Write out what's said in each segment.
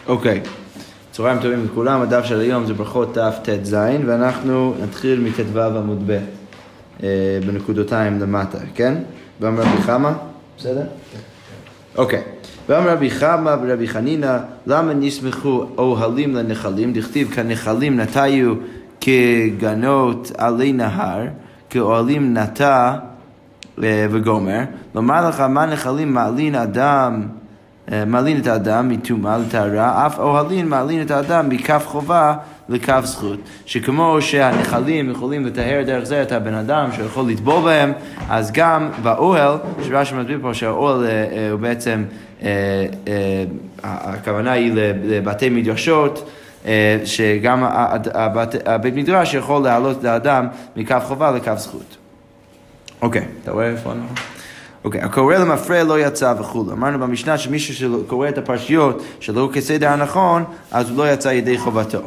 אוקיי, צהריים טובים לכולם, הדף של היום זה ברכות ת"ז, ואנחנו נתחיל מט"ו עמוד ב' בנקודותיים למטה, כן? ואמר רבי חמא, בסדר? אוקיי, ואמר רבי חמא ורבי חנינא, למה נסמכו אוהלים לנחלים? דכתיב כנחלים נטיו כגנות עלי נהר, כאוהלים נטע וגומר. לומר לך מה נחלים מעלין את האדם מטומאה לטהרה, אף אוהלין מעלין את האדם מכף חובה לכף זכות. שכמו שהנחלים יכולים לטהר דרך זה את הבן אדם שיכול לטבול בהם, אז גם באוהל, שרש"י מסביר פה שהאוהל הוא בעצם, הכוונה היא לבתי מדרשות, שגם הבית מדרש יכול להעלות לאדם מכף חובה לכף זכות. אוקיי, אתה רואה איפה אנחנו? אוקיי, הקורא למפרע לא יצא וכו'. אמרנו במשנה שמישהו שקורא את הפרשיות שלא כסדר הנכון, אז הוא לא יצא ידי חובתו.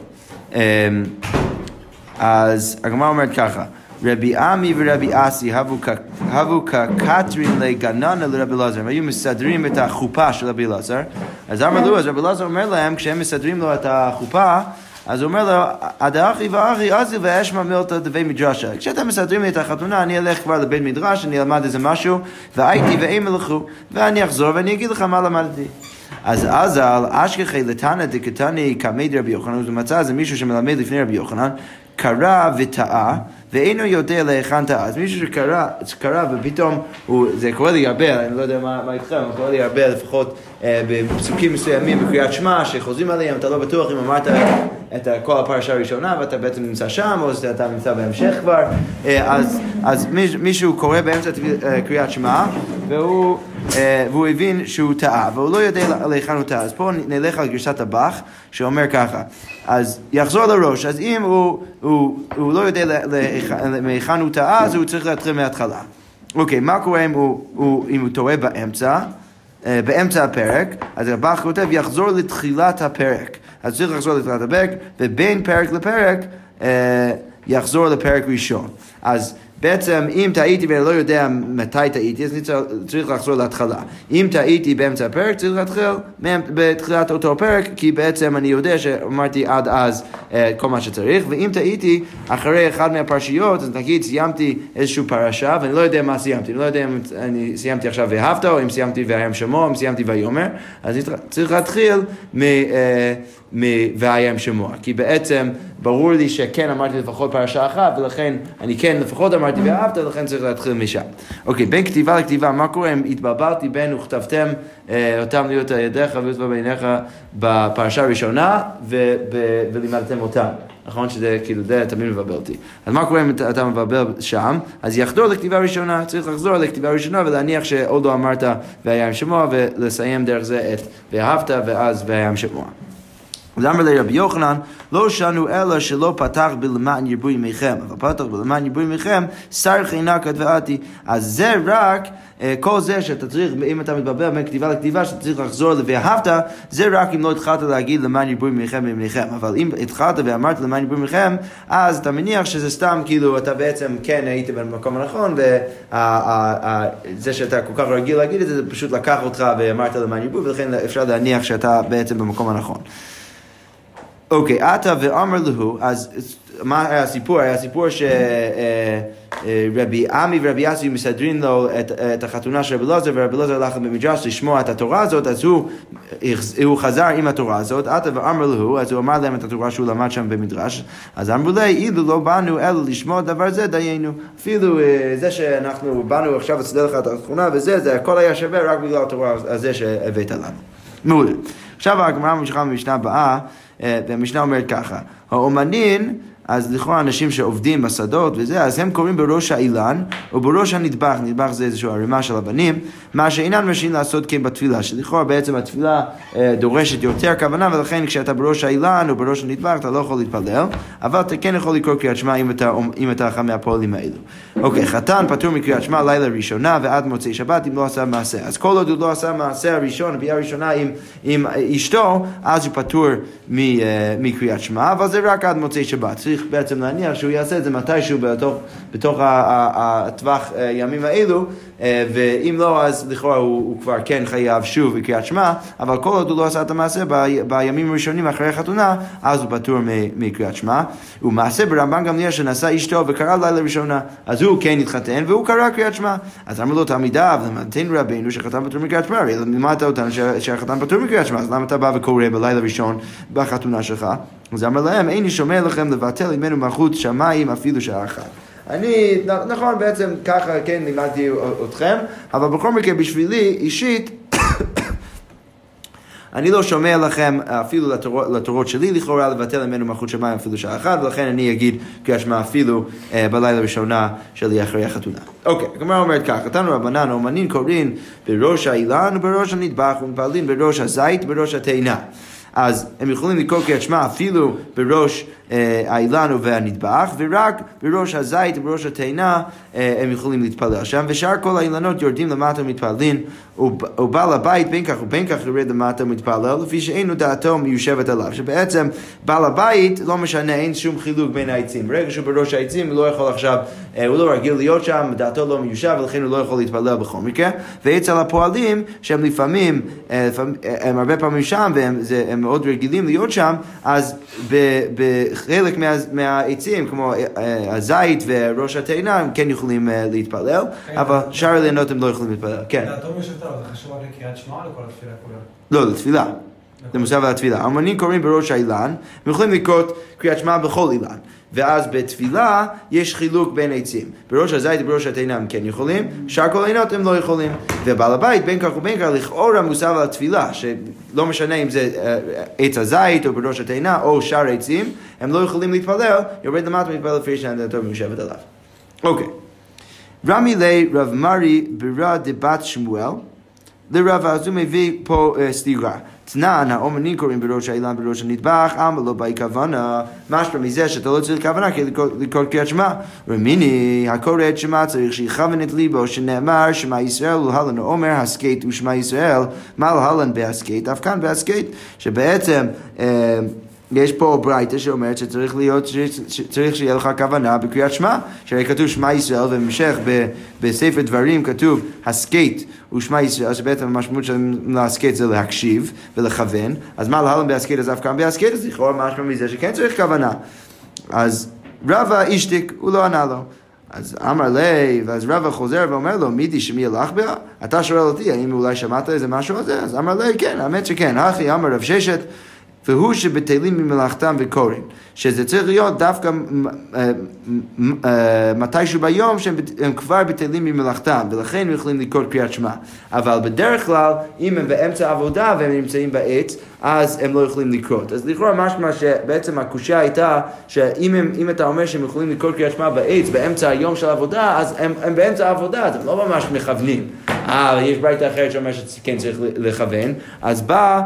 אז הגמרא אומרת ככה, רבי עמי ורבי אסי הבו כקטרים לגננה לרבי אלעזר, הם היו מסדרים את החופה של רבי אלעזר, אז רבי אלעזר אומר להם, כשהם מסדרים לו את החופה, אז הוא אומר לו, הדאחי ואחי עזי ואשמע מילתא דבי מדרשה. כשאתם מסדרים לי את החתונה, אני אלך כבר לבית מדרש, אני אלמד איזה משהו, והייתי והם ילכו, ואני אחזור ואני אגיד לך מה למדתי. אז על אשכחי לתנא דקתני כמד רבי יוחנן, הוא מצא איזה מישהו שמלמד לפני רבי יוחנן, קרא וטעה, ואינו יודע להיכן טעה. אז מישהו שקרא ופתאום, זה קורה לי הרבה, אני לא יודע מה איתכם, אבל קורה לי הרבה לפחות בפסוקים מסוימים בקריאת שמע, שחוזרים עליהם, אתה לא בטוח אם אמרת את כל הפרשה הראשונה, ואתה בעצם נמצא שם, או שאתה נמצא בהמשך כבר. אז מישהו קורא באמצע קריאת שמע, והוא הבין שהוא טעה, והוא לא יודע להיכן הוא טעה. אז פה נלך על גרסת הבח, שאומר ככה, אז יחזור לראש, אז אם הוא לא יודע להיכן הוא טעה, אז הוא צריך להתחיל מההתחלה. אוקיי, מה קורה אם הוא טועה באמצע הפרק? אז הבח כותב, יחזור לתחילת הפרק. אז צריך לחזור לתחילת הפרק, ובין פרק לפרק יחזור לפרק ראשון. אז בעצם אם טעיתי ואני לא יודע מתי טעיתי, אז אני צריך לחזור להתחלה. אם טעיתי באמצע הפרק, צריך להתחיל בתחילת אותו פרק, כי בעצם אני יודע שאמרתי עד אז כל מה שצריך, ואם טעיתי אחרי אחד מהפרשיות, אז נגיד סיימתי איזושהי פרשה, ואני לא יודע מה סיימתי, אני לא יודע אם אני סיימתי עכשיו ואהבת, או אם סיימתי והיה שמוע, או אם סיימתי ויאמר, אז אני צריך להתחיל והיה שמוע, כי בעצם ברור לי שכן אמרתי לפחות פרשה אחת, ולכן אני כן לפחות אמרתי ואהבת, ולכן צריך להתחיל משם. אוקיי, בין כתיבה לכתיבה, מה קורה אם התבלבלתי בין וכתבתם אותם להיות על ידיך ויוצבע בעיניך בפרשה הראשונה, ולימדתם אותם. נכון שזה כאילו זה תמיד מבלבל אותי. אז מה קורה אם אתה מבלבל שם? אז יחזור לכתיבה ראשונה, צריך לחזור לכתיבה ראשונה, ולהניח שעוד לא אמרת והיה עם שמוע, ולסיים דרך זה את ואהבת, ואז והיה עם שמוע. אז אמר לרבי יוחנן, לא שנו אלא שלא פתח בלמען ירבו ימיכם, אבל פתח בלמען ירבו ימיכם, סרך עינה כתבעתי. אז זה רק, כל זה שאתה צריך, אם אתה מתבלבל בין כתיבה לכתיבה, שאתה צריך לחזור ל"ואהבת", זה רק אם לא התחלת להגיד למען ירבו ימיכם וימיכם. אבל אם התחלת ואמרת למען ירבו ימיכם, אז אתה מניח שזה סתם, כאילו, אתה בעצם כן היית במקום הנכון, וזה שאתה כל כך רגיל להגיד את זה, זה פשוט לקח אותך ואמרת למען ירבו, ולכן אפשר להניח שאתה בעצם במקום הנכון. אוקיי, אתה ואמר לו, אז מה היה הסיפור? היה הסיפור שרבי עמי ורבי אסי מסדרים לו את החתונה של רבי אלעזר, ורבי אלעזר הלך במדרש לשמוע את התורה הזאת, אז הוא חזר עם התורה הזאת, אתה ואמר לו, אז הוא אמר להם את התורה שהוא למד שם במדרש, אז אמרו לי, אילו לא באנו אלא לשמוע דבר זה, דיינו. אפילו זה שאנחנו באנו עכשיו לסדר לך את החתונה וזה, זה הכל היה שווה רק בגלל התורה הזה שהבאת לנו. מעולה. עכשיו הגמרא ממשיכה במשנה הבאה, והמשנה אומרת ככה, האומנין, אז לכאורה אנשים שעובדים בשדות וזה, אז הם קוראים בראש האילן, או בראש הנדבך, נדבך זה איזושהי ערימה של אבנים, מה שאינן מרשים לעשות כן בתפילה, שלכאורה בעצם התפילה דורשת יותר כוונה, ולכן כשאתה בראש האילן או בראש הנדבך, אתה לא יכול להתפלל, אבל אתה כן יכול לקרוא קריאת שמע אם אתה אחד מהפועלים האלו. אוקיי, חתן פטור מקריאת שמע לילה ראשונה ועד מוצאי שבת אם לא עשה מעשה. אז כל עוד הוא לא עשה מעשה הראשון, הביאה הראשונה עם אשתו, אז הוא פטור מקריאת שמע, אבל זה רק עד מוצאי שבת. צריך בעצם להניח שהוא יעשה את זה מתישהו בתוך הטווח ימים האלו, ואם לא, אז לכאורה הוא כבר כן חייב שוב בקריאת שמע, אבל כל עוד הוא לא עשה את המעשה בימים הראשונים אחרי החתונה, אז הוא פטור מקריאת שמע. ומעשה ברמב"ן גמליאל שנשא אשתו וקרא לילה ראשונה, אז הוא כן התחתן והוא קרא קריאת שמע. אז אמר לו תלמידיו, למדתנו רבינו שחתן פטור מקריאת שמע, הרי לימדת אותנו שהחתן פטור מקריאת שמע, אז למה אתה בא וקורא בלילה ראשון בחתונה שלך? אז אמר להם, איני שומע לכם לבטל ממנו מלכות שמיים אפילו שעה אחת. אני, נכון, בעצם ככה כן לימדתי אתכם, אבל בכל מקרה בשבילי אישית, אני לא שומע לכם אפילו לתורות שלי לכאורה לבטל ממנו מלכות שמיים אפילו שעה אחת, ולכן אני אגיד קריאת שמע אפילו בלילה ראשונה שלי אחרי החתונה. אוקיי, הגמרא אומרת ככה, תנו רבנן, אומנים קוראים בראש האילן ובראש הנטבח, ומתפללים בראש הזית ובראש התאנה. אז הם יכולים לקרוא קריאת שמע אפילו בראש האילן והנטבח, ורק בראש הזית ובראש התאנה הם יכולים להתפלל שם, ושאר כל האילנות יורדים למטה ומתפללים, ובעל הבית בין כך ובין כך יורד למטה ומתפלל, לפי שאינו דעתו מיושבת עליו, שבעצם בעל הבית לא משנה, אין שום חילוק בין העצים, ברגע שהוא בראש העצים הוא לא יכול עכשיו, הוא לא רגיל להיות שם, דעתו לא מיושב, ולכן הוא לא יכול להתפלל בכל מקרה, ואצל הפועלים שהם לפעמים, הם הרבה פעמים שם, והם מאוד רגילים להיות שם, אז בחלק מהעצים, כמו הזית וראש התאנה, הם כן יכולים להתפלל, אבל שאר האילנות הם לא יכולים להתפלל. כן. דעתו מיושבת עליו, זה חשוב רק לקריאת שמע או לכל התפילה כולה? לא, לתפילה. זה מוסף על התפילה. האמנים קוראים בראש האילן, הם יכולים לקרוא קריאת שמע בכל אילן. ואז בתפילה יש חילוק בין עצים. בראש הזית ובראש התאנה הם כן יכולים, שאר כל האילנות הם לא יכולים. ובעל הבית בין כך ובין כך לכאורה מוסף על התפילה, שלא משנה אם זה עץ הזית או בראש התאנה או שאר עצים, הם לא יכולים להתפלל, יורד למטה מתפלל לפי שהדעתו מיושבת עליו. אוקיי. רמי לי רב מרי ברא דבת שמואל, לרב, אז הוא מביא פה סתירה. תנן, האומנים קוראים בראש האילן בראש הנטבח, אבל לא באי כוונה, משמע מזה שאתה לא צריך כוונה כדי לקרוא קריאת שמע. רמיני, הקורא את שמע צריך שיכוון את ליבו, שנאמר שמע ישראל ולהלן אומר הסקט ושמע ישראל, מה להלן בהסקט, אף כאן בהסקט, שבעצם יש פה ברייתא שאומרת שצריך שיהיה לך כוונה בקריאת שמע, שהרי כתוב שמע ישראל, ובמשך בספר דברים כתוב הסקט ושמע ישראל, שבעצם המשמעות של להסקט זה להקשיב ולכוון, אז מה להלן בהסקט, אז אף כאן בהסקט, אז לכאורה משמע מזה שכן צריך כוונה. אז רבא השתיק, הוא לא ענה לו. אז אמר לי, ואז רבא חוזר ואומר לו, מידי שמי הלך בה? אתה שואל אותי, האם אולי שמעת איזה משהו על זה? אז אמר לי, כן, האמת שכן, אחי, אמר רב ששת, והוא שבטלים ממלאכתם וקוראים, שזה צריך להיות דווקא מתישהו ביום שהם כבר בטלים ממלאכתם, ולכן הם יכולים לקרוא קריאת שמע. אבל בדרך כלל, אם הם באמצע עבודה והם נמצאים בעץ, אז הם לא יכולים לקרוא. אז לכאורה משמע שבעצם הקושיה הייתה, שאם אתה אומר שהם יכולים לקרוא קריאת שמע בעץ, באמצע היום של העבודה, אז הם באמצע העבודה, אז הם לא ממש מכוונים. יש ברייתא אחרת שאומר שכן צריך לכוון, אז בא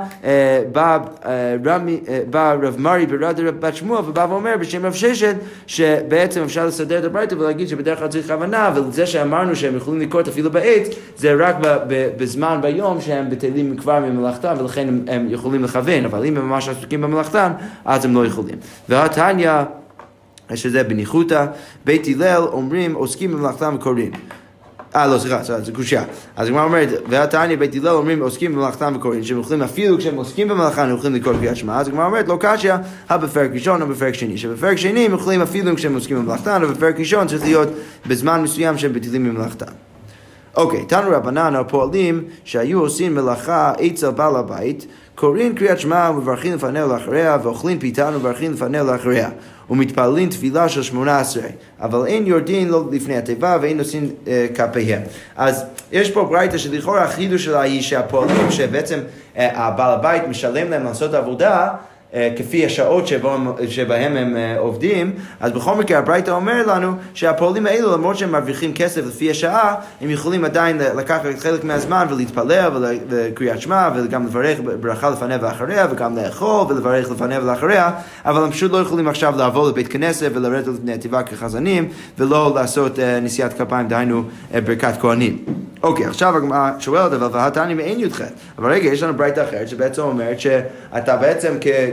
רב מרי ברא דבת שמואל ובא ואומר בשם רב ששת שבעצם אפשר לסדר את הברייתא ולהגיד שבדרך כלל צריך כוונה, וזה שאמרנו שהם יכולים לקרוא אפילו בעץ זה רק בזמן ביום שהם בטלים כבר ממלאכתם ולכן הם יכולים לכוון, אבל אם הם ממש עסוקים במלאכתם אז הם לא יכולים. והתניא שזה בניחותא, בית הלל אומרים עוסקים במלאכתם וקוראים. לא, סליחה, זה קושיה. אז הגמרא אומרת, והתניא בית הלל אומרים עוסקים במלאכתם וקוראים, שהם יכולים אפילו כשהם עוסקים במלאכה, הם יכולים לקרוא קריאת שמע. אז הגמרא אומרת, לא קשיא, בפרק ראשון או בפרק שני. שבפרק שני הם יכולים אפילו כשהם עוסקים במלאכתם, ובפרק ראשון צריך להיות בזמן מסוים שהם בטלים ממלאכתם. אוקיי, תנו רבנן הפועלים שהיו עושים מלאכה אצל בעל הבית, קוראים קריאת שמע ומברכים לפניה ולאחריה, ואוכלים פיתן ומברכים לפניה ולאחריה. ומתפללים תפילה של 18, אבל אין יורדין לא לפני התיבה ואין נושאים כפיהם. אז יש פה ברייתא שלכאורה החידוש שלה היא שהפועלים שבעצם הבעל הבית משלם להם לעשות עבודה, כפי השעות שבהם הם עובדים, אז בכל מקרה הברייתא אומר לנו שהפועלים האלו למרות שהם מרוויחים כסף לפי השעה, הם יכולים עדיין לקחת חלק מהזמן ולהתפלל ולקריאת שמע וגם לברך ברכה לפניה ואחריה וגם לאכול ולברך לפניה ולאחריה, אבל הם פשוט לא יכולים עכשיו לעבור לבית כנסת ולרדת לפני התיבה כחזנים ולא לעשות נשיאת כפיים, דהיינו ברכת כהנים. אוקיי, עכשיו שואלת אבל והתניא מעין י"ח, אבל רגע יש לנו ברייתא אחרת שבעצם אומרת שאתה בעצם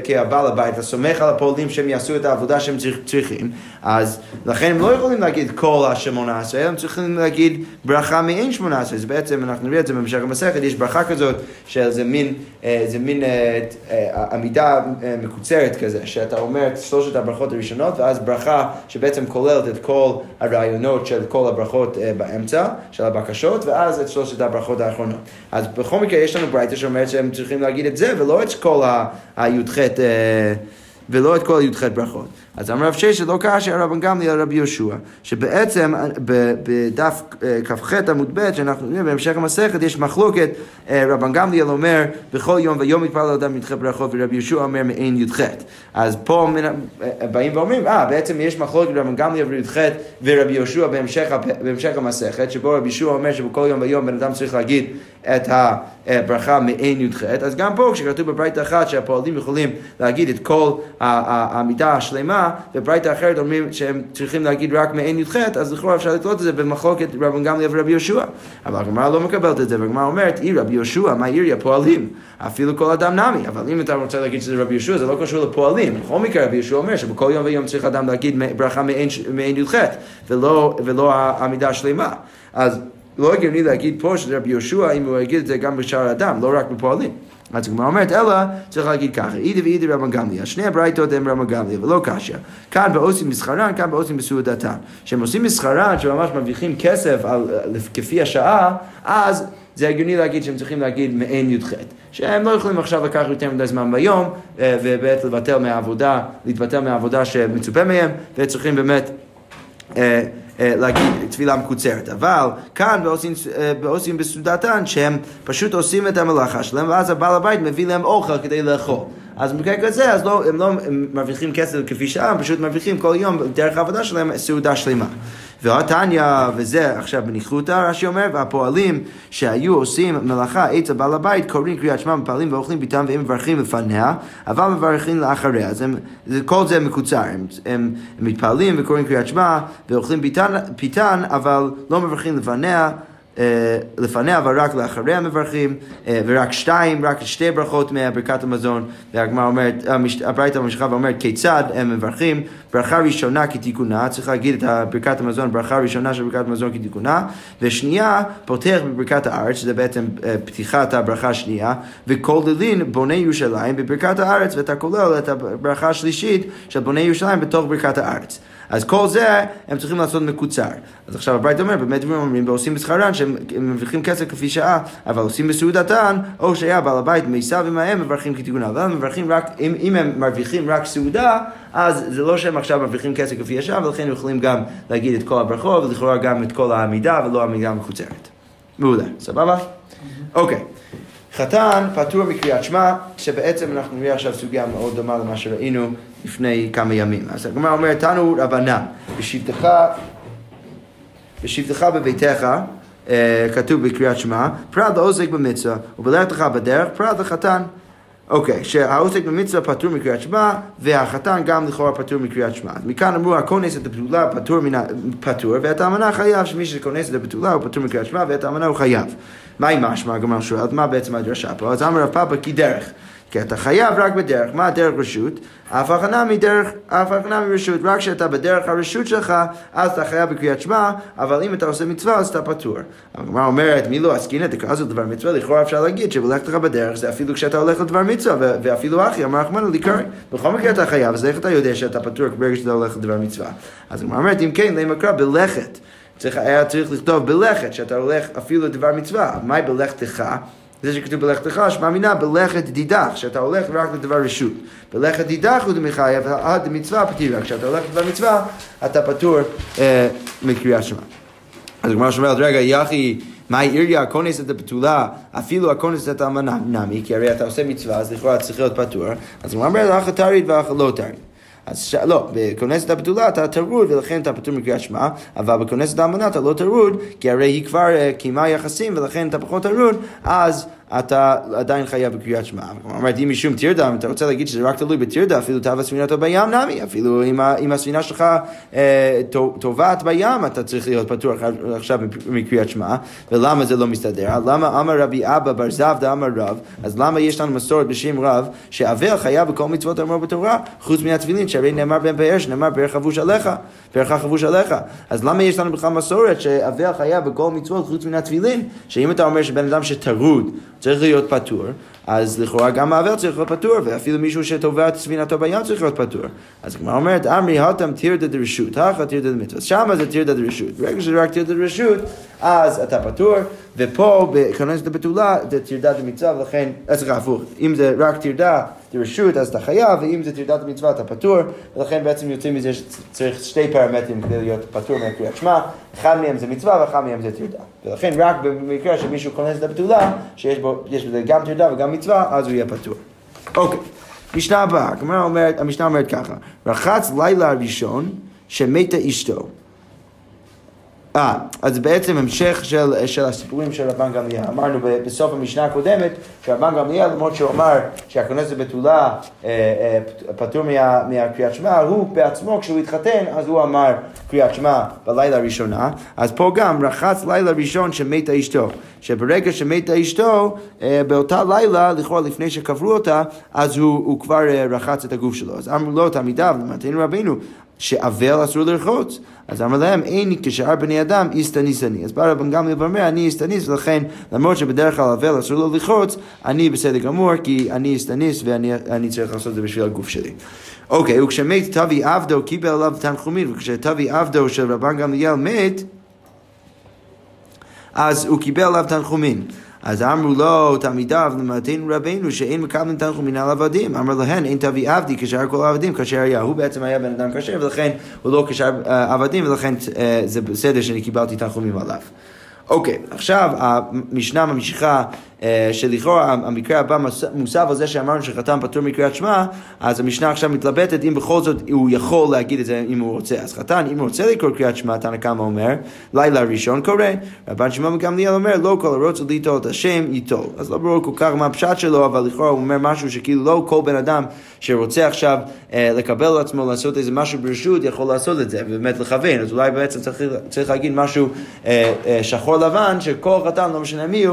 כבעל הבית, אתה סומך על הפועלים שהם יעשו את העבודה שהם צריכים, אז לכן הם לא יכולים להגיד כל ה-18, הם צריכים להגיד ברכה מעין 18, אז בעצם אנחנו נראה את זה במשך המסכת, יש ברכה כזאת שזה מין עמידה מקוצרת כזה, שאתה אומר את שלושת הברכות הראשונות, ואז ברכה שבעצם כוללת את כל הרעיונות של כל הברכות באמצע, של הבקשות, ואז את שלושת הברכות האחרונות. אז בכל מקרה יש לנו ברייתא שאומרת שהם צריכים להגיד את זה, ולא את כל הי"ח ולא את כל הי"ח ברכות. אז אמר רב ששת לא קשה רבן גמליאל רבי יהושע, שבעצם בדף כ"ח עמוד ב' שאנחנו נראה בהמשך המסכת יש מחלוקת, רבן גמליאל אומר בכל יום ויום יתפלל אדם י"ח ברכות, ורבי יהושע אומר מעין י"ח. אז פה באים ואומרים, בעצם יש מחלוקת רבן גמליאל ורבי יהושע בהמשך המסכת, שבו רבי יהושע אומר שבכל יום ויום בן אדם צריך להגיד את הברכה מעין י"ח. אז גם פה כשכתוב בברייתא אחת שהפועלים יכולים להגיד את כל העמידה השלמה, וברייתא אחרת אומרים שהם צריכים להגיד רק מעין י"ח, אז לכאורה אפשר לתלות את זה במחלוקת רבן גמליאל ורבי יהושע. אבל הגמרא לא מקבלת את זה, והגמרא אומרת, רבי יהושע, מה עירי הפועלים? אפילו כל אדם נמי. אבל אם אתה רוצה להגיד שזה רבי יהושע, זה לא קשור לפועלים. בכל מקרה רבי יהושע אומר שבכל יום ויום צריך אדם להגיד ברכה מעין י"ח, ולא העמידה השלמה. אז לא הגיוני להגיד פה של רבי יהושע אם הוא יגיד את זה גם בשאר האדם, לא רק בפועלים. אז הגמרא אומרת, אלא צריך להגיד ככה, אידי ואידי רבן גמליאל, שני הברייתות הם רבן גמליאל, ולא קשיא. כאן בעושים מסחרן, כאן בעושים בסעודתן. כשהם עושים מסחרן, שממש מרוויחים כסף כפי השעה, אז זה הגיוני להגיד שהם צריכים להגיד מעין י"ח. שהם לא יכולים עכשיו לקחת יותר מדי זמן ביום, ובאמת להתבטל מהעבודה שמצופה מהם, וצריכים באמת להגיד תפילה מקוצרת. אבל כאן בעושים בסעודתן שהם פשוט עושים את המלאכה שלהם, ואז הבעל הבית מביא להם אוכל כדי לאכול. אז במקרה כזה, אז הם לא מרוויחים כסף כפי שעה, הם פשוט מרוויחים כל יום דרך העבודה שלהם סעודה שלמה. והתניא, וזה עכשיו בניחותא, רש"י אומר, והפועלים שהיו עושים מלאכה אצל בעל הבית, קוראים קריאת שמע, מפעלים ואוכלים ביתם, והם מברכים לפניה, אבל מברכים לאחריה. אז כל זה מקוצר, הם מתפעלים וקוראים קריאת שמע, ואוכלים ביתן, אבל לא מברכים לפניה, אבל רק לאחריה מברכים, ורק שתי ברכות מהברכת המזון. והגמרא אומרת, הברייתא ממשיכה ואומרת, כיצד הם מברכים? ברכה ראשונה כתיקונה, צריך להגיד את ברכת המזון, ברכה ראשונה של ברכת המזון כתיקונה, ושנייה פותח בברכת הארץ, שזה בעצם פתיחת הברכה השנייה, וכוללים בוני ירושלים בברכת הארץ, ואתה כולל את הברכה השלישית של בוני ירושלים בתוך ברכת הארץ. אז כל זה הם צריכים לעשות מקוצר. אז עכשיו הברייתא אומר, באמת דברים אומרים, ועושים בשכרן שהם מרוויחים כסף כפי שעה, אבל עושים בסעודתן, או שהיה בעל הבית מיסה ומהם מברכים כתיקונה. אבל הם מברכים רק, אם הם מרוויחים רק סעודה, אז זה לא שהם עכשיו מרוויחים כסף כפי השעה, ולכן הם יכולים גם להגיד את כל הברכות, ולכאורה גם את כל העמידה, ולא העמידה מקוצרת. מעולה, סבבה? אוקיי. חתן פטור מקריאת שמע, שבעצם אנחנו נראה עכשיו סוגיה מאוד דומה למה שראינו לפני כמה ימים. אז הגמרא אומרת, תנו רבנן, בשבתך בביתך, כתוב בקריאת שמע, פרט לעוסק במצווה, ובלכתך בדרך, פרט לחתן. אוקיי, שהעוסק במצווה פטור מקריאת שמע, והחתן גם לכאורה פטור מקריאת שמע. מכאן אמרו, הכונס את הבתולה פטור, ואת האמנה חייב, שמי שכונס את הבתולה הוא פטור מקריאת שמע, ואת האמנה הוא חייב. מה עם משמע? הגמרא שואלת, מה בעצם הדרשה פה? אז אמר רב פאפא כי דרך. כי אתה חייב רק בדרך. מה הדרך רשות? אף הכנה מרשות. רק כשאתה בדרך הרשות שלך, אז אתה חייב בקריאת שמע, אבל אם אתה עושה מצווה, אז אתה פטור. הגמרא אומרת, מי לא עסקינא דקאזל דבר מצווה? לכאורה אפשר להגיד שבלכתך בדרך, זה אפילו כשאתה הולך לדבר מצווה, ואפילו אחי, אמר רחמנא ליקרא. בכל מקרה אתה חייב, אז איך אתה יודע שאתה פטור ברגע שאתה הולך לדבר מצווה? אז הגמרא אומרת, אם כן, למה קרא בלכת? היה צריך לכתוב בלכת, שאתה הולך אפילו לדבר מצווה. מהי בלכתך? זה שכתוב בלכתך, שמאמינה בלכת דידך, שאתה הולך רק לדבר רשות. בלכת דידך הוא דמחייב, עד מצווה פתירה. כשאתה הולך לדבר מצווה, אתה פטור מקריאת שמע. אז הגמרא שאומרת, רגע, יחי, מה עיריה, הכונס את הבתולה, אפילו הכונס את האמנה, נמי, כי הרי אתה עושה מצווה, אז לכאורה צריך להיות פטור. אז הגמרא אומרת, אך תריד ואך לא תריד. אז לא, בכונסת הבתולה אתה תרוד ולכן אתה פטור מקריאת שמע, אבל בכונסת האמנה אתה לא תרוד, כי הרי היא כבר קיימה יחסים ולכן אתה פחות תרוד, אז אתה עדיין חייב בקריאת שמע. אמרתי, אם משום תרדה, אם אתה רוצה להגיד שזה רק תלוי בתרדה, אפילו טבע ספינתו בים נמי, אפילו אם הספינה שלך טובעת בים, אתה צריך להיות פטור עכשיו מקריאת שמע. ולמה זה לא מסתדר? למה אמר רבי אבא בר זבדה אמר רב, אז למה יש לנו מסורת בשם רב, שאבל חייב בכל מצוות האמור בתורה, חוץ מן התפילין, שהרי נאמר בהם פאר, שנאמר פארך חבוש עליך. אז למה יש לנו בכלל מסורת שאבל חייב בכל מצוות חוץ מן התפילין? שאם אתה אומר שבן אדם שטרוד צריך להיות פטור, אז לכאורה גם האבל צריך להיות פטור, ואפילו מישהו שטובע את ספינתו בים צריך להיות פטור. אז כמו אומרת, אמרי התם תרדה דרשות, הכה תרדה דמצווה. שמה זה תרדה דרשות. ברגע שזה רק תרדה דרשות, אז אתה פטור, ופה בכנסת הבתולה זה תרדה דמצווה, ולכן, סליחה, הפוך, אם זה רק תרדה דרשות, אז אתה חייב, ואם זה תרדה דמצווה, אתה פטור, ולכן בעצם יוצאים מזה שצריך שתי פרמטרים כדי להיות פטור מקריאת שמע, אחד מהם זה מצווה ואחד מהם זה תרדה. ולכן רק במקרה שמישהו כונס את הבתולה, שיש בזה גם תרדה וגם מצווה, אז הוא יהיה פטור. אוקיי, משנה הבאה, המשנה אומרת ככה, רחץ לילה הראשון שמתה אשתו. אז בעצם המשך של הסיפורים של רבן גמליאל. אמרנו בסוף המשנה הקודמת שרבן גמליאל, למרות שהוא אמר שהכנסת בתולה פטור מהקריאת שמע, הוא בעצמו כשהוא התחתן אז הוא אמר קריאת שמע בלילה הראשונה. אז פה גם רחץ לילה ראשון שמתה אשתו, שברגע שמתה אשתו באותה לילה, לכאורה לפני שקברו אותה, אז הוא כבר רחץ את הגוף שלו. אז אמרו לו תלמידיו, למתנו רבינו, שאבל אסור לרחוץ. אז אמר להם, אין כשאר בני אדם איסתניס אני. אז בא רבן גמליאל ואומר, אני איסתניס, ולכן למרות שבדרך כלל אבל אסור לו לרחוץ, אני בסדר גמור, כי אני איסתניס ואני צריך לעשות את זה בשביל הגוף שלי. אוקיי, וכשמת תבי עבדו קיבל עליו תנחומים, וכשתבי עבדו של רבן גמליאל מת, אז הוא קיבל עליו תנחומים. אז אמרו לו תלמידיו למתנו רבינו שאין מקבלים תנחומים על עבדים. אמר להן אין תביא עבדי כשאר כל העבדים כאשר היה. הוא בעצם היה בן אדם כשר ולכן הוא לא כשאר עבדים ולכן זה בסדר שאני קיבלתי תנחומים עליו. אוקיי, עכשיו המשנה ממשיכה שלכאורה המקרה הבא מוסף על זה שאמרנו שחתם פטור מקריאת שמע, אז המשנה עכשיו מתלבטת אם בכל זאת הוא יכול להגיד את זה אם הוא רוצה. אז חתן, אם הוא רוצה לקרוא קריאת שמע, תנא קמא אומר, לילה ראשון קורא, רבן שמעון בן גמליאל אומר, לא כל הרוצה ליטול את השם ייטול. אז לא ברור כל כך מה הפשט שלו, אבל לכאורה הוא אומר משהו שכאילו לא כל בן אדם שרוצה עכשיו לקבל על עצמו, לעשות איזה משהו ברשות, יכול לעשות את זה, ובאמת לכוון. אז אולי בעצם צריך להגיד משהו שחור לבן, שכל חתן, לא משנה מי הוא,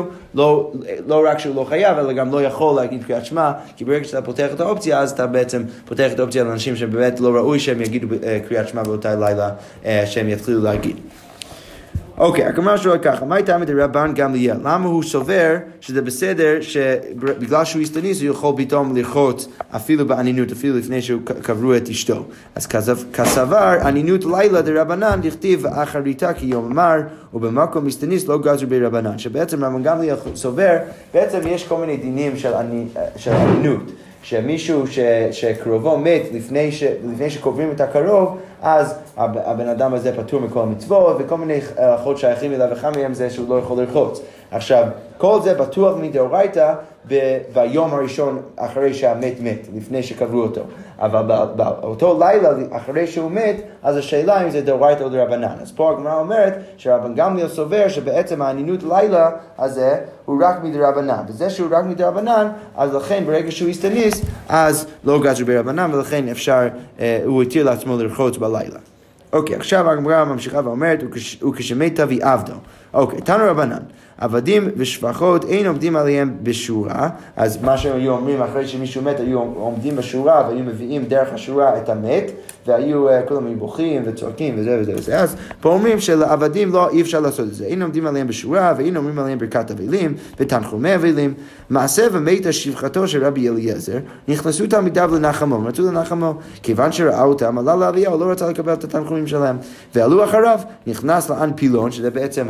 לא רק שהוא לא חייב, אלא גם לא יכול להגיד קריאת שמע, כי ברגע שאתה פותח את האופציה, אז אתה בעצם פותח את האופציה לאנשים שבאמת לא ראוי שהם יגידו קריאת שמע באותה לילה שהם יתחילו להגיד. אוקיי, הכמה שלו ככה, מה הייתה רבן גמליאל? למה הוא סובר שזה בסדר שבגלל שהוא איסתניס הוא יכול פתאום לרחוץ אפילו בענינות, אפילו לפני שהוא קברו את אשתו. אז כסבר, ענינות לילה דרבנן, לכתיב אחריתה כי יום אמר, ובמקום איסתניס לא גזר ברבנן. שבעצם רבן גמליאל סובר, בעצם יש כל מיני דינים של ענינות. שמישהו שקרובו מת לפני שקוברים את הקרוב, אז הבן אדם הזה פטור מכל המצוות, וכל מיני הלכות שייכים אליו, ואחד מהם זה שהוא לא יכול לרחוץ. עכשיו, כל זה בטוח מדאורייתא ביום הראשון אחרי שהמת מת, לפני שקברו אותו. אבל באותו לילה אחרי שהוא מת, אז השאלה אם זה דאורייתא או דרבנן. אז פה הגמרא אומרת שרבן גמליאל סובר שבעצם הענינות לילה הזה הוא רק מדרבנן. וזה שהוא רק מדרבנן, אז לכן ברגע שהוא איסתניס, אז לא גזר ברבנן, ולכן אפשר, הוא התיר לעצמו לרחוץ בלילה. אוקיי, עכשיו הגמרא ממשיכה ואומרת, וכשמת תביא עבדו. אוקיי, תנו רבנן. עבדים ושפחות אין עומדים עליהם בשורה, אז מה שהם היו אומרים אחרי שמישהו מת, היו עומדים בשורה והיו מביאים דרך השורה את המת, והיו כולם בוכים וצועקים וזה וזה וזה. אז פה אומרים שלעבדים לא אי אפשר לעשות את זה, אין עומדים עליהם בשורה ואין אומרים עליהם ברכת אבלים ותנחומי אבלים. מעשה ומתה שפחתו של רבי אליעזר, נכנסו תלמידיו לנחמו, רצו לנחמו, כיוון שראה אותם, עלה לאביהו, לא רצה לקבל את התנחומים שלהם, ועלו אחריו, נכנס לאן פילון, שזה בעצם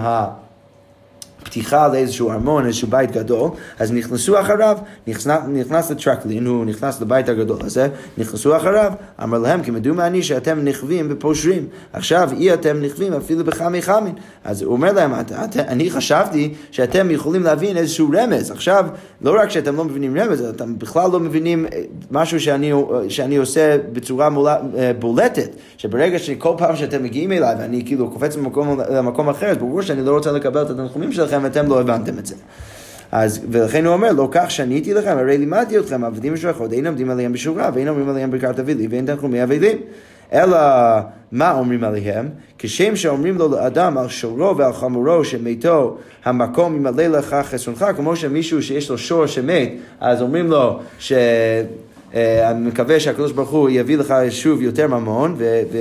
פתיחה לאיזשהו ארמון, איזשהו בית גדול, אז נכנסו אחריו, נכנס לטרקלין, הוא נכנס לבית הגדול הזה, נכנסו אחריו, אמר להם, כי מדעו מעני שאתם נכווים ופושרים, עכשיו אי אתם נכווים אפילו בחמי חמין. אז הוא אומר להם, אני חשבתי שאתם יכולים להבין איזשהו רמז, עכשיו לא רק שאתם לא מבינים רמז, אתם בכלל לא מבינים משהו שאני עושה בצורה בולטת, שברגע שכל פעם שאתם מגיעים אליי ואני כאילו קופץ למקום אחר, אז ברור שאני לא רוצה לקבל את התנחומים שלכם, אתם לא הבנתם את זה. אז ולכן הוא אומר, לא כך שניתי לכם, הרי לימדתי אתכם, עבדים ושבחות, אין עומדים עליהם בשורה, ואין אומרים עליהם ברכת אבלים, ואין תנחומי אבלים. אלא מה אומרים עליהם? כשם שאומרים לו לאדם על שורו ועל חמורו שמיתו המקום ימלא לך חסרונך, כמו שמישהו שיש לו שור שמת, אז אומרים לו אני מקווה שהקדוש ברוך הוא יביא לך שוב יותר ממון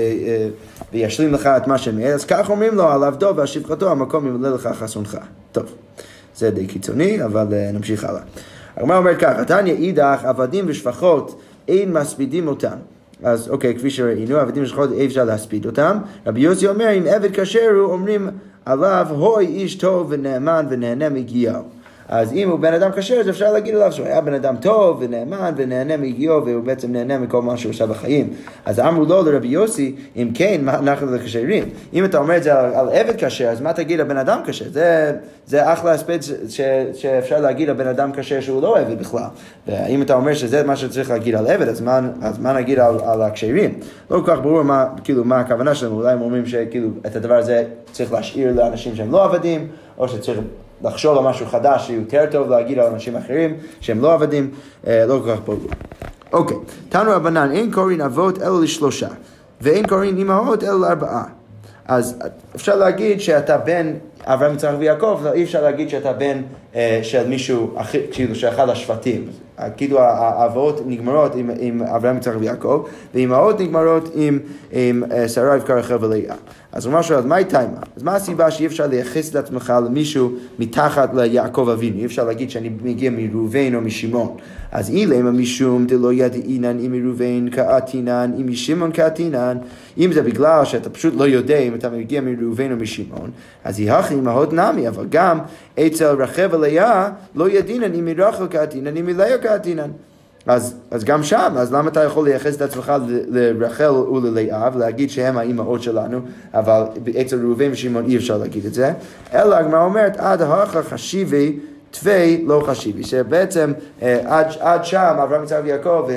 וישלים לך את מה שמת, אז כך אומרים לו על עבדו ועל שפחתו המקום ימלא לך חסרונך. טוב, זה די קיצוני, אבל נמשיך הלאה. הגמרא אומרת ככה, תניא אידך עבדים ושפחות אין מספידים אותם. אז אוקיי, כפי שראינו, עבדים ושפחות אי אפשר להספיד אותם. רבי יוסי אומר, אם עבד כשר הוא אומרים עליו, הוי איש טוב ונאמן ונהנה מגיעו. אז אם הוא בן אדם כשר, אז אפשר להגיד עליו שהוא היה בן אדם טוב ונאמן ונהנה מגיעו, והוא בעצם נהנה מכל מה שהוא עושה בחיים. אז אמרו לו לרבי יוסי, אם כן, מה אנחנו לכשרים? אם אתה אומר את זה על עבד כשר, אז מה תגיד לבן אדם כשר? זה אחלה הספד שאפשר להגיד לבן אדם כשר שהוא לא עבד בכלל. ואם אתה אומר שזה מה שצריך להגיד על עבד, אז מה נגיד על הכשרים? לא כל כך ברור מה הכוונה שלנו. אולי הם אומרים שכאילו את הדבר הזה צריך להשאיר לאנשים שהם לא עבדים, או שצריך לחשוב על משהו חדש שיותר טוב להגיד על אנשים אחרים שהם לא עבדים, לא כל כך ברור. אוקיי, תנו רבנן, אין קוראים אבות אלא לשלושה, ואין קוראים אמהות אלא לארבעה. אז אפשר להגיד שאתה בן אברהם יצחק ויעקב, אי אפשר להגיד שאתה בן של מישהו אחר, כאילו שאחד השבטים. כאילו האבות נגמרות עם אברהם יצחק ויעקב, ואמהות נגמרות עם שרה רבקה רחל ולאה. אז הוא אומר שואל, מה הייתה? אז מה הסיבה שאי אפשר לייחס את עצמך למישהו מתחת ליעקב אבינו? אי אפשר להגיד שאני מגיע מראובן או משמעון. אז אילמה משום דלא ידעינן אם מראובן כעתינן, אם משמעון כעתינן, אם זה בגלל שאתה פשוט לא יודע אם אתה מגיע מראובן או משמעון, אז יחי אמהות נמי, אבל גם אצל רחל ולאה לא ידעינן אם מרחל כעתינן, אם מלאה כעתינן. אז גם שם, אז למה אתה יכול לייחס את עצמך לרחל וללאה ולהגיד שהם האימהות שלנו, אבל אצל ראובן ושמעון אי אפשר להגיד את זה, אלא הגמרא אומרת עד הכא חשיבי תווי לא חשיבי, שבעצם עד שם אברהם יצחק ויעקב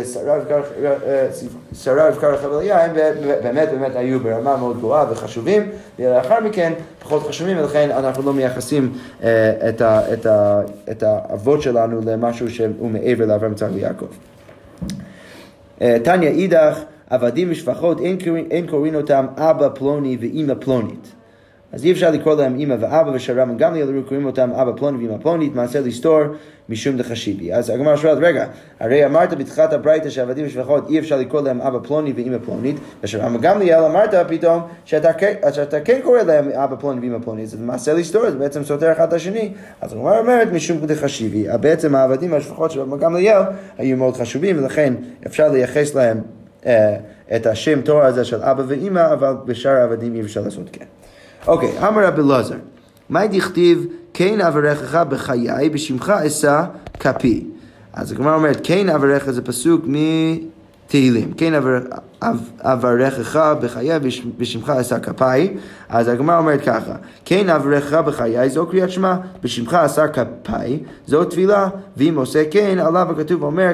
ושרה רבקה רחל ולאה הם באמת היו ברמה מאוד גבוהה וחשובים, ולאחר מכן פחות חשובים, ולכן אנחנו לא מייחסים את האבות שלנו למשהו שהוא מעבר לאברהם יצחק ויעקב. תניא אידך עבדים ושפחות אין קוראים אותם אבא פלוני ואמא פלונית. אז אי אפשר לקרוא להם אמא ואבא ושרם גמליאל, קוראים אותם אבא פלוני ואמא פלונית, מעשה לסתור משום דחשיבי. אז הגמרא שואלת, רגע, הרי אמרת בתחילת הברייתא שעבדים ושפחות אי אפשר לקרוא להם אבא פלוני ואמא פלונית, ושרם גמליאל אמרת פתאום שאתה כן קורא להם אבא פלוני ואמא פלונית, זה מעשה לסתור, זה בעצם סותר אחד את השני. אז הגמרא אומרת משום דחשיבי, בעצם העבדים והשפחות של רם גמליאל היו מאוד חשובים, ולכן אפשר לייחס להם את השם תואר הזה של אבא ואמא, אבל בשאר העבדים אי אפשר לעשות כן. אוקיי, אמר רבי אלעזר, מה דכתיב כן אברכך בחיי בשמך אשא כפי? אז הגמרא אומרת, כן אברכך זה פסוק מתהילים, כן אברכך בחיי בשמך אשא כפי. אז הגמרא אומרת ככה, כן אברכך בחיי זו קריאת שמע, בשמך אשא כפי זו תפילה, ואם עושה כן עליו הכתוב אומר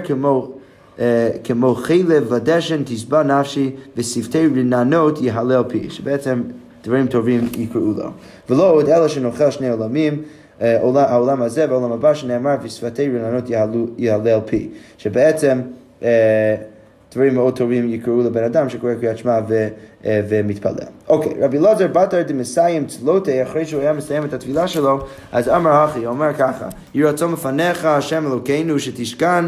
כמו חלב ודשן תשבע נפשי ושפתי רננות יהלל פי, שבעצם דברים טובים יקראו לו. ולא עוד אלא שנאכל שני עולמים, העולם הזה והעולם הבא, שנאמר ושפתי רננות יהלל פי, שבעצם דברים מאוד טובים יקראו לבן אדם שקורא קריאת שמע ומתפלל. אוקיי, רבי אלעזר בתר דמסיים צלותי, אחרי שהוא היה מסיים את התפילה שלו, אז אמר אחי, אומר ככה, יהי רצון לפניך השם אלוקינו שתשכן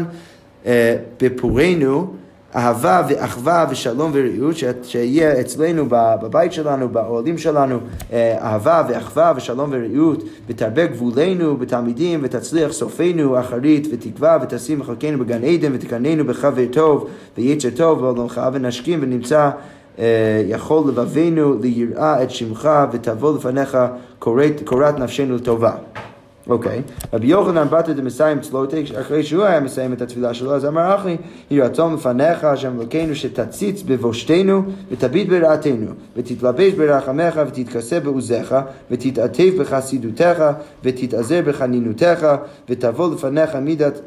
בפורנו אהבה ואחווה ושלום ורעות, שיהיה אצלנו בבית שלנו, באוהלים שלנו, אהבה ואחווה ושלום ורעות, ותרבה גבולנו בתלמידים, ותצליח סופנו אחרית ותקווה, ותשים חלקנו בגן עדן, ותקננו בחבר טוב ויצר טוב ועולמך, ונשכים ונמצא יכול לבבינו ליראה את שמך, ותבוא לפניך קורת נפשנו לטובה. אוקיי, רבי יוחנן בתר דמסיים צלותי, אחרי שהוא היה מסיים את התפילה שלו, אז אמר אחי, יהי רצון לפניך השם אלוקינו שתציץ בבושתנו ותביט ברעתנו, ותתלבש ברחמך ותתכסה בעוזך, ותתעטף בחסידותך ותתעזר בחנינותך, ותבוא לפניך מידת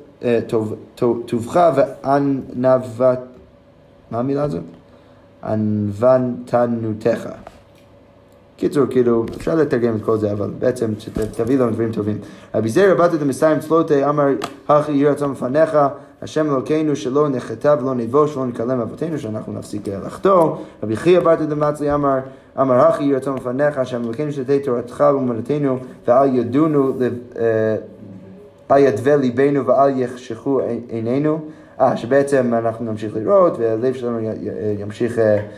טובך וענוות, מה המילה הזאת? ענוותנותך. קיצור, כאילו, אפשר לתרגם את כל זה, אבל בעצם שתביא לנו דברים טובים. רבי זרע בת דמסיים צלותי אמר, הכי יהי רצון לפניך, השם אלוקינו שלא נחטא ולא נבוש ולא נקלם אבותינו, שאנחנו נפסיק לחטוא. רבי חייא בת דמצלי אמר, הכי יהי רצון לפניך, השם אלוקינו שתהא תורתך ואמונתנו, ואל ידונו, אל ידווה ליבנו ואל יחשכו עינינו. שבעצם אנחנו נמשיך לראות, והלב שלנו ימשיך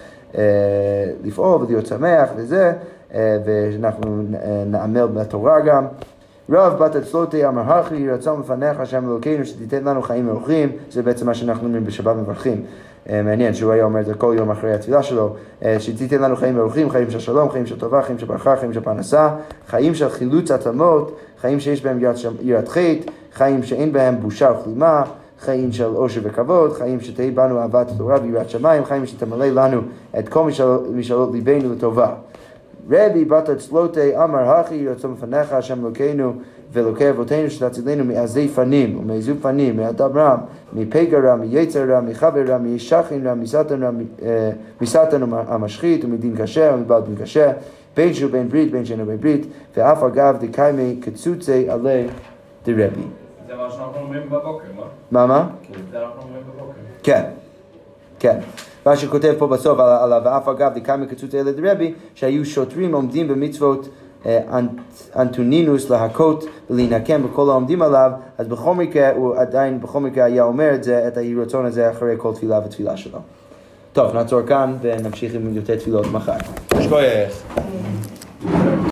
לפעול ולהיות שמח וזה, ואנחנו נעמל בתורה גם. רב בת הצלותי אמר, הכי רצון לפניך השם אלוקינו שתיתן לנו חיים ארוכים, זה בעצם מה שאנחנו אומרים בשבת מברכים. מעניין שהוא היה אומר את זה כל יום אחרי התפילה שלו, שתיתן לנו חיים ארוכים, חיים של שלום, חיים של טובה, חיים של ברכה, חיים של פרנסה, חיים של חילוץ עצמות, חיים שיש בהם יראת חטא, חיים שאין בהם בושה וכלימה, חיים של עושר וכבוד, חיים שתהי בנו אהבת התורה ויראת שמיים, חיים שתמלא לנו את כל משאלות ליבנו לטובה. רבי בת הצלותי אמר, הכי רצון לפניך השם אלוקינו ואלוקי אבותינו שתצילנו מעזי פנים ומעזוב פנים, מאדם רע, מפגע רע, מיצר רע, מחבר רע, משכין רע, משטן המשחית ומדין קשה ומבעל דין קשה, בין שהוא בין ברית, בין שאינו בין ברית, ואף אגב דקיימי קצוצי עלי דרבי. זה מה שאנחנו אומרים בבוקר, מה? זה אנחנו אומרים בבוקר. כן, כן. מה שכותב פה בסוף על ואף אגב דקיימי קצוצי עלי דרבי, שהיו שוטרים עומדים במצוות אנטונינוס להכות ולהינקם בכל העומדים עליו, אז בכל מקרה הוא עדיין בכל מקרה היה אומר את זה, את הרצון הזה אחרי כל תפילה ותפילה שלו. טוב, נעצור כאן ונמשיך עם יותר תפילות מחר. שכוייך.